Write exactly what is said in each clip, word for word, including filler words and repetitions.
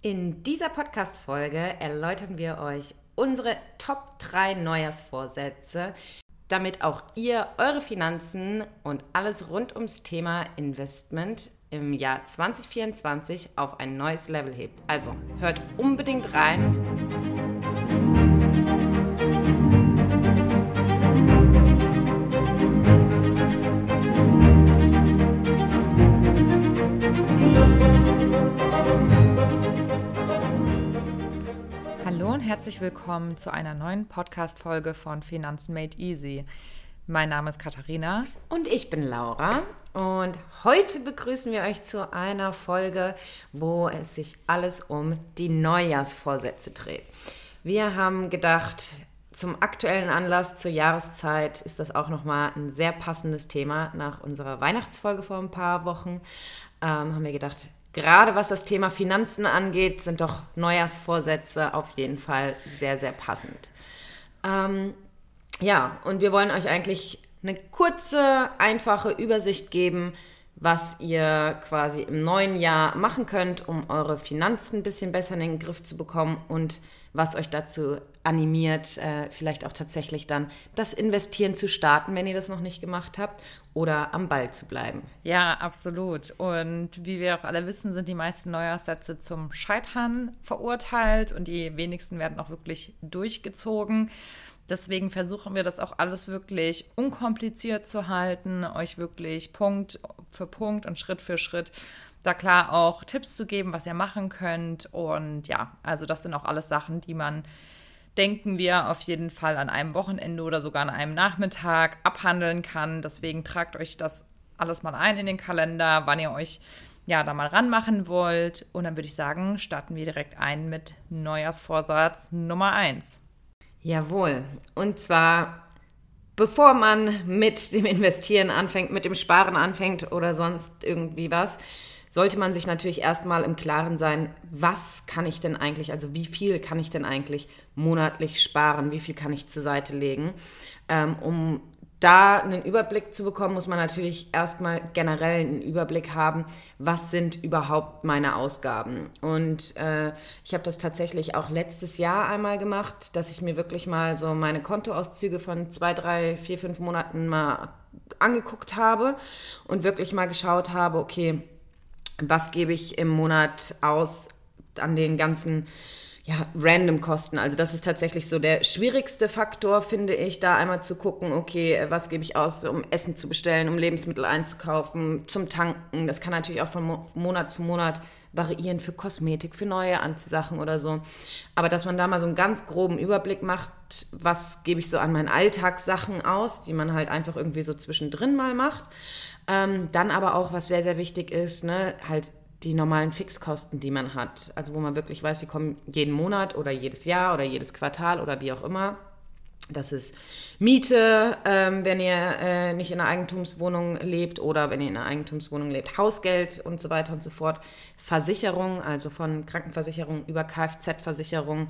In dieser Podcast-Folge erläutern wir euch unsere Top drei Neujahrsvorsätze, damit auch ihr eure Finanzen und alles rund ums Thema Investment im Jahr zwanzig vierundzwanzig auf ein neues Level hebt. Also hört unbedingt rein. Hallo und herzlich willkommen zu einer neuen Podcast-Folge von Finanzen Made Easy. Mein Name ist Katharina. Und ich bin Laura. Und heute begrüßen wir euch zu einer Folge, wo es sich alles um die Neujahrsvorsätze dreht. Wir haben gedacht, zum aktuellen Anlass, zur Jahreszeit, ist das auch nochmal ein sehr passendes Thema. Nach unserer Weihnachtsfolge vor ein paar Wochen ähm, haben wir gedacht, gerade was das Thema Finanzen angeht, sind doch Neujahrsvorsätze auf jeden Fall sehr, sehr passend. Ähm, ja, und wir wollen euch eigentlich eine kurze, einfache Übersicht geben, was ihr quasi im neuen Jahr machen könnt, um eure Finanzen ein bisschen besser in den Griff zu bekommen und was euch dazu animiert, äh, vielleicht auch tatsächlich dann das Investieren zu starten, wenn ihr das noch nicht gemacht habt, oder am Ball zu bleiben. Ja, absolut. Und wie wir auch alle wissen, sind die meisten Neujahrssätze zum Scheitern verurteilt und die wenigsten werden auch wirklich durchgezogen. Deswegen versuchen wir das auch alles wirklich unkompliziert zu halten, euch wirklich Punkt für Punkt und Schritt für Schritt da klar auch Tipps zu geben, was ihr machen könnt. Und ja, also das sind auch alles Sachen, die man, denken wir, auf jeden Fall an einem Wochenende oder sogar an einem Nachmittag abhandeln kann. Deswegen tragt euch das alles mal ein in den Kalender, wann ihr euch ja da mal ranmachen wollt. Und dann würde ich sagen, starten wir direkt ein mit Neujahrsvorsatz Nummer eins. Jawohl. Und zwar, bevor man mit dem Investieren anfängt, mit dem Sparen anfängt oder sonst irgendwie was, sollte man sich natürlich erstmal im Klaren sein, was kann ich denn eigentlich, also wie viel kann ich denn eigentlich monatlich sparen, wie viel kann ich zur Seite legen. Ähm, um da einen Überblick zu bekommen, muss man natürlich erstmal generell einen Überblick haben, was sind überhaupt meine Ausgaben. Und äh, ich habe das tatsächlich auch letztes Jahr einmal gemacht, dass ich mir wirklich mal so meine Kontoauszüge von zwei, drei, vier, fünf Monaten mal angeguckt habe und wirklich mal geschaut habe, okay, was gebe ich im Monat aus an den ganzen ja, Random-Kosten. Also das ist tatsächlich so der schwierigste Faktor, finde ich, da einmal zu gucken, okay, was gebe ich aus, um Essen zu bestellen, um Lebensmittel einzukaufen, zum Tanken. Das kann natürlich auch von Mo- Monat zu Monat variieren für Kosmetik, für neue Anziehsachen oder so. Aber dass man da mal so einen ganz groben Überblick macht, was gebe ich so an meinen Alltagssachen aus, die man halt einfach irgendwie so zwischendrin mal macht. Ähm, dann aber auch, was sehr, sehr wichtig ist, ne, halt die normalen Fixkosten, die man hat. Also wo man wirklich weiß, die kommen jeden Monat oder jedes Jahr oder jedes Quartal oder wie auch immer. Das ist Miete, ähm, wenn ihr äh, nicht in einer Eigentumswohnung lebt oder wenn ihr in einer Eigentumswohnung lebt, Hausgeld und so weiter und so fort. Versicherung, also von Krankenversicherung über Kfz-Versicherung,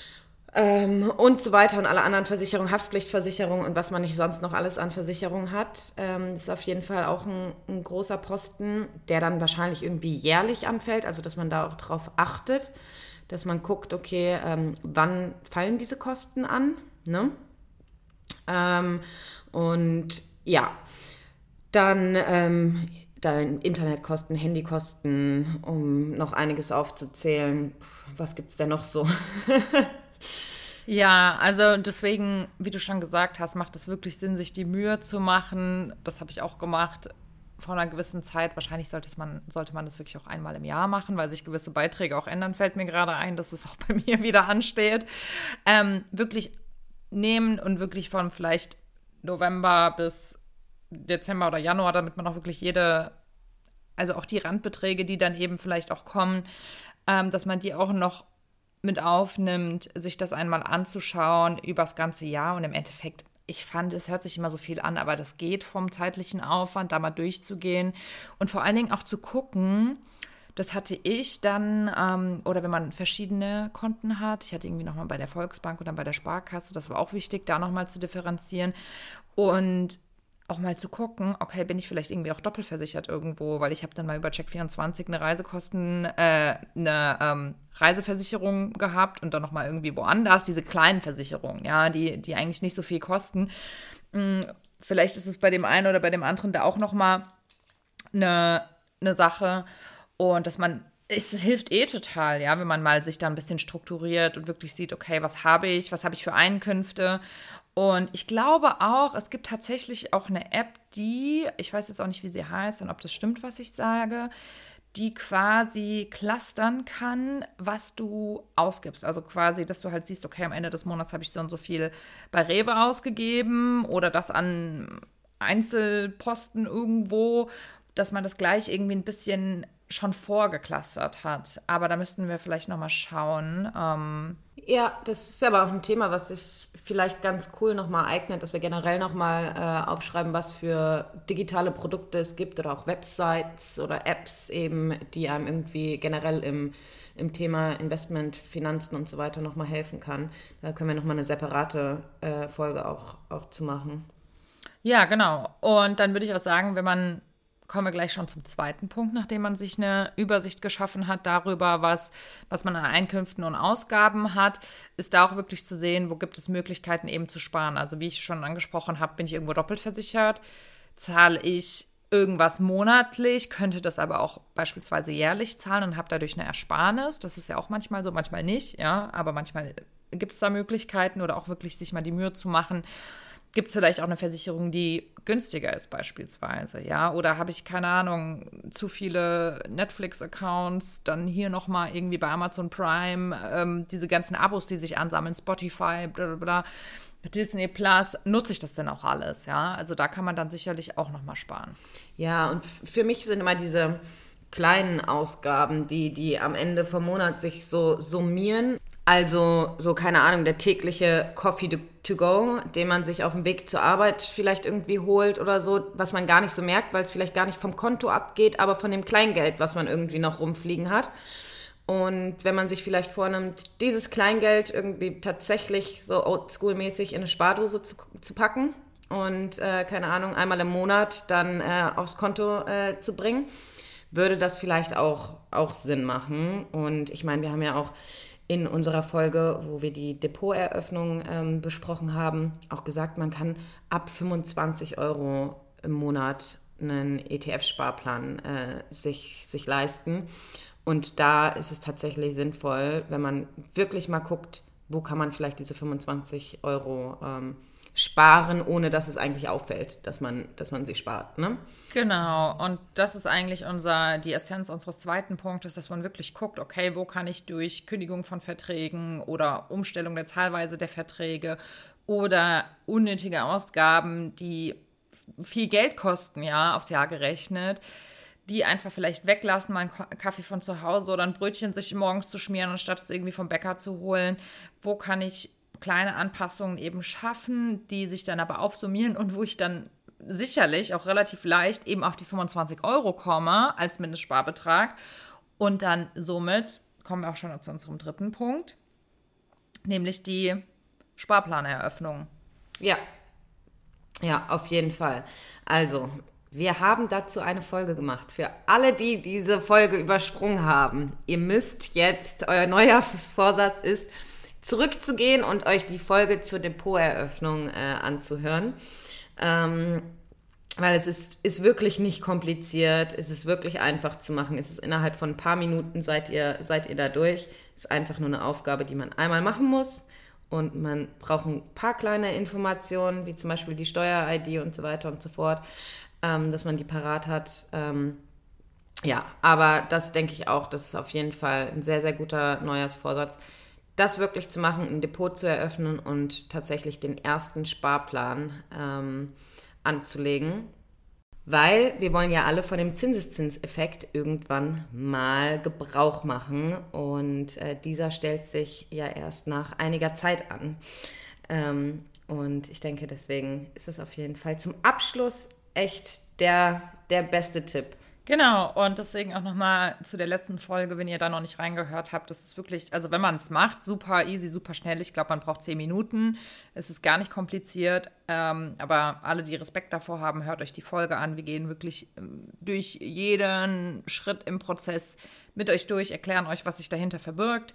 Ähm, und so weiter und alle anderen Versicherungen, Haftpflichtversicherungen und was man nicht sonst noch alles an Versicherungen hat. Ähm, das ist auf jeden Fall auch ein, ein großer Posten, der dann wahrscheinlich irgendwie jährlich anfällt, also dass man da auch drauf achtet, dass man guckt, okay, ähm, wann fallen diese Kosten an, ne? Ähm, und ja, dann ähm, dann Internetkosten, Handykosten, um noch einiges aufzuzählen. Was gibt's denn noch so? Ja, also deswegen, wie du schon gesagt hast, macht es wirklich Sinn, sich die Mühe zu machen. Das habe ich auch gemacht vor einer gewissen Zeit. Wahrscheinlich sollte man, sollte man das wirklich auch einmal im Jahr machen, weil sich gewisse Beiträge auch ändern, fällt mir gerade ein, dass es auch bei mir wieder ansteht. Ähm, wirklich nehmen und wirklich von vielleicht November bis Dezember oder Januar, damit man auch wirklich jede, also auch die Randbeträge, die dann eben vielleicht auch kommen, ähm, dass man die auch noch mit aufnimmt, sich das einmal anzuschauen übers ganze Jahr und im Endeffekt, ich fand, es hört sich immer so viel an, aber das geht vom zeitlichen Aufwand, da mal durchzugehen und vor allen Dingen auch zu gucken, das hatte ich dann, ähm, oder wenn man verschiedene Konten hat, ich hatte irgendwie nochmal bei der Volksbank und dann bei der Sparkasse, das war auch wichtig, da nochmal zu differenzieren und auch mal zu gucken, okay, bin ich vielleicht irgendwie auch doppelversichert irgendwo, weil ich habe dann mal über Check vierundzwanzig eine Reisekosten, äh, eine ähm, Reiseversicherung gehabt und dann nochmal irgendwie woanders, diese kleinen Versicherungen, ja, die, die eigentlich nicht so viel kosten. Hm, vielleicht ist es bei dem einen oder bei dem anderen da auch nochmal eine, eine Sache und dass man, es hilft eh total, ja, wenn man mal sich da ein bisschen strukturiert und wirklich sieht, okay, was habe ich, was habe ich für Einkünfte. Und ich glaube auch, es gibt tatsächlich auch eine App, die, ich weiß jetzt auch nicht, wie sie heißt und ob das stimmt, was ich sage, die quasi clustern kann, was du ausgibst. Also quasi, dass du halt siehst, okay, am Ende des Monats habe ich so und so viel bei Rewe ausgegeben oder das an Einzelposten irgendwo, dass man das gleich irgendwie ein bisschen schon vorgeclustert hat. Aber da müssten wir vielleicht nochmal schauen. Ähm Ja, das ist aber auch ein Thema, was sich vielleicht ganz cool nochmal eignet, dass wir generell nochmal äh, aufschreiben, was für digitale Produkte es gibt oder auch Websites oder Apps eben, die einem irgendwie generell im, im Thema Investment, Finanzen und so weiter nochmal helfen kann. Da können wir nochmal eine separate äh, Folge auch, auch zu machen. Ja, genau. Und dann würde ich auch sagen, wenn man kommen wir gleich schon zum zweiten Punkt, nachdem man sich eine Übersicht geschaffen hat darüber, was, was man an Einkünften und Ausgaben hat, ist da auch wirklich zu sehen, wo gibt es Möglichkeiten eben zu sparen. Also wie ich schon angesprochen habe, bin ich irgendwo doppelt versichert, zahle ich irgendwas monatlich, könnte das aber auch beispielsweise jährlich zahlen und habe dadurch eine Ersparnis. Das ist ja auch manchmal so, manchmal nicht, ja, aber manchmal gibt es da Möglichkeiten oder auch wirklich sich mal die Mühe zu machen. Gibt es vielleicht auch eine Versicherung, die günstiger ist beispielsweise, ja? Oder habe ich, keine Ahnung, zu viele Netflix-Accounts, dann hier nochmal irgendwie bei Amazon Prime, ähm, diese ganzen Abos, die sich ansammeln, Spotify, bla bla bla, Disney Plus, nutze ich das denn auch alles, ja? Also da kann man dann sicherlich auch nochmal sparen. Ja, und f- für mich sind immer diese kleinen Ausgaben, die, die am Ende vom Monat sich so summieren. Also so, keine Ahnung, der tägliche Coffee to go, den man sich auf dem Weg zur Arbeit vielleicht irgendwie holt oder so, was man gar nicht so merkt, weil es vielleicht gar nicht vom Konto abgeht, aber von dem Kleingeld, was man irgendwie noch rumfliegen hat. Und wenn man sich vielleicht vornimmt, dieses Kleingeld irgendwie tatsächlich so oldschool-mäßig in eine Spardose zu, zu packen und, äh, keine Ahnung, einmal im Monat dann äh, aufs Konto äh, zu bringen, würde das vielleicht auch, auch Sinn machen. Und ich meine, wir haben ja auch in unserer Folge, wo wir die Depoteröffnung ähm, besprochen haben, auch gesagt, man kann ab fünfundzwanzig Euro im Monat einen E T F-Sparplan äh, sich, sich leisten. Und da ist es tatsächlich sinnvoll, wenn man wirklich mal guckt, wo kann man vielleicht diese fünfundzwanzig Euro ähm, sparen, ohne dass es eigentlich auffällt, dass man, dass man sie spart, ne? Genau, und das ist eigentlich unser, die Essenz unseres zweiten Punktes, dass man wirklich guckt, okay, wo kann ich durch Kündigung von Verträgen oder Umstellung der Zahlweise der Verträge oder unnötige Ausgaben, die viel Geld kosten, ja, aufs Jahr gerechnet, die einfach vielleicht weglassen, mal einen Kaffee von zu Hause oder ein Brötchen sich morgens zu schmieren, anstatt es irgendwie vom Bäcker zu holen. Wo kann ich kleine Anpassungen eben schaffen, die sich dann aber aufsummieren und wo ich dann sicherlich auch relativ leicht eben auf die fünfundzwanzig Euro komme als Mindestsparbetrag. Und dann somit kommen wir auch schon zu unserem dritten Punkt, nämlich die Sparplaneröffnung. Ja, ja, auf jeden Fall. Also, wir haben dazu eine Folge gemacht. Für alle, die diese Folge übersprungen haben, ihr müsst jetzt, euer Neujahrsvorsatz ist, zurückzugehen und euch die Folge zur Depoteröffnung äh, anzuhören. Ähm, weil es ist, ist wirklich nicht kompliziert, es ist wirklich einfach zu machen. Es ist innerhalb von ein paar Minuten seid ihr, seid ihr da durch. Es ist einfach nur eine Aufgabe, die man einmal machen muss. Und man braucht ein paar kleine Informationen, wie zum Beispiel die Steuer-I D und so weiter und so fort, ähm, dass man die parat hat. Ähm, ja, aber das denke ich auch, das ist auf jeden Fall ein sehr, sehr guter Neujahrsvorsatz, das wirklich zu machen, ein Depot zu eröffnen und tatsächlich den ersten Sparplan ähm, anzulegen. Weil wir wollen ja alle von dem Zinseszinseffekt irgendwann mal Gebrauch machen. Und äh, dieser stellt sich ja erst nach einiger Zeit an. Ähm, und ich denke, deswegen ist es auf jeden Fall zum Abschluss echt der, der beste Tipp. Genau, und deswegen auch nochmal zu der letzten Folge, wenn ihr da noch nicht reingehört habt, das ist wirklich, also wenn man es macht, super easy, super schnell. Ich glaube, man braucht zehn Minuten. Es ist gar nicht kompliziert, ähm, aber alle, die Respekt davor haben, hört euch die Folge an. Wir gehen wirklich ähm, durch jeden Schritt im Prozess mit euch durch, erklären euch, was sich dahinter verbirgt.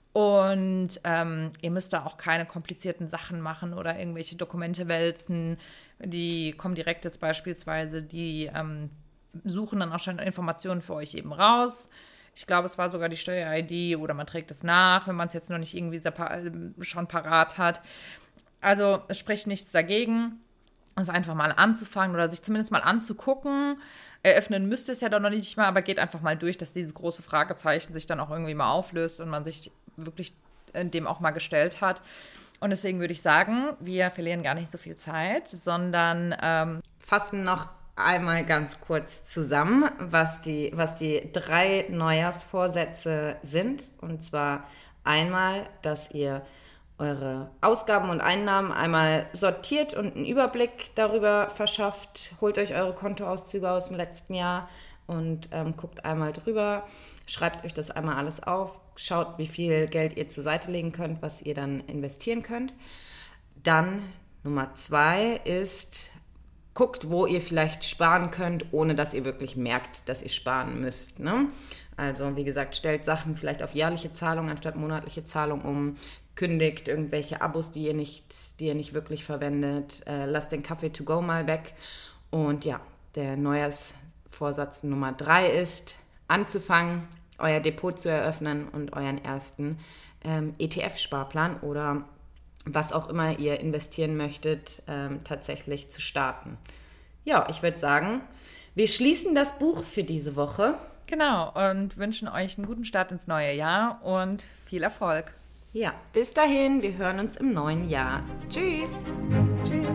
Und ähm, ihr müsst da auch keine komplizierten Sachen machen oder irgendwelche Dokumente wälzen. Die kommen direkt jetzt beispielsweise, die ähm, suchen dann auch schon Informationen für euch eben raus. Ich glaube, es war sogar die Steuer-I D oder man trägt es nach, wenn man es jetzt noch nicht irgendwie schon parat hat. Also es spricht nichts dagegen, also einfach mal anzufangen oder sich zumindest mal anzugucken. Eröffnen müsste es ja doch noch nicht mal, aber geht einfach mal durch, dass dieses große Fragezeichen sich dann auch irgendwie mal auflöst und man sich wirklich dem auch mal gestellt hat. Und deswegen würde ich sagen, wir verlieren gar nicht so viel Zeit, sondern ähm, fassen noch einmal ganz kurz zusammen, was die, was die drei Neujahrsvorsätze sind. Und zwar einmal, dass ihr eure Ausgaben und Einnahmen einmal sortiert und einen Überblick darüber verschafft. Holt euch eure Kontoauszüge aus dem letzten Jahr und ähm, guckt einmal drüber. Schreibt euch das einmal alles auf. Schaut, wie viel Geld ihr zur Seite legen könnt, was ihr dann investieren könnt. Dann Nummer zwei ist, guckt, wo ihr vielleicht sparen könnt, ohne dass ihr wirklich merkt, dass ihr sparen müsst. Ne? Also wie gesagt, stellt Sachen vielleicht auf jährliche Zahlung anstatt monatliche Zahlung um, kündigt irgendwelche Abos, die ihr nicht, die ihr nicht wirklich verwendet, äh, lasst den Kaffee to go mal weg. Und ja, der Neujahrsvorsatz Nummer drei ist, anzufangen, euer Depot zu eröffnen und euren ersten ähm, E T F-Sparplan oder was auch immer ihr investieren möchtet, ähm, tatsächlich zu starten. Ja, ich würde sagen, wir schließen das Buch für diese Woche. Genau, und wünschen euch einen guten Start ins neue Jahr und viel Erfolg. Ja, bis dahin, wir hören uns im neuen Jahr. Tschüss. Tschüss.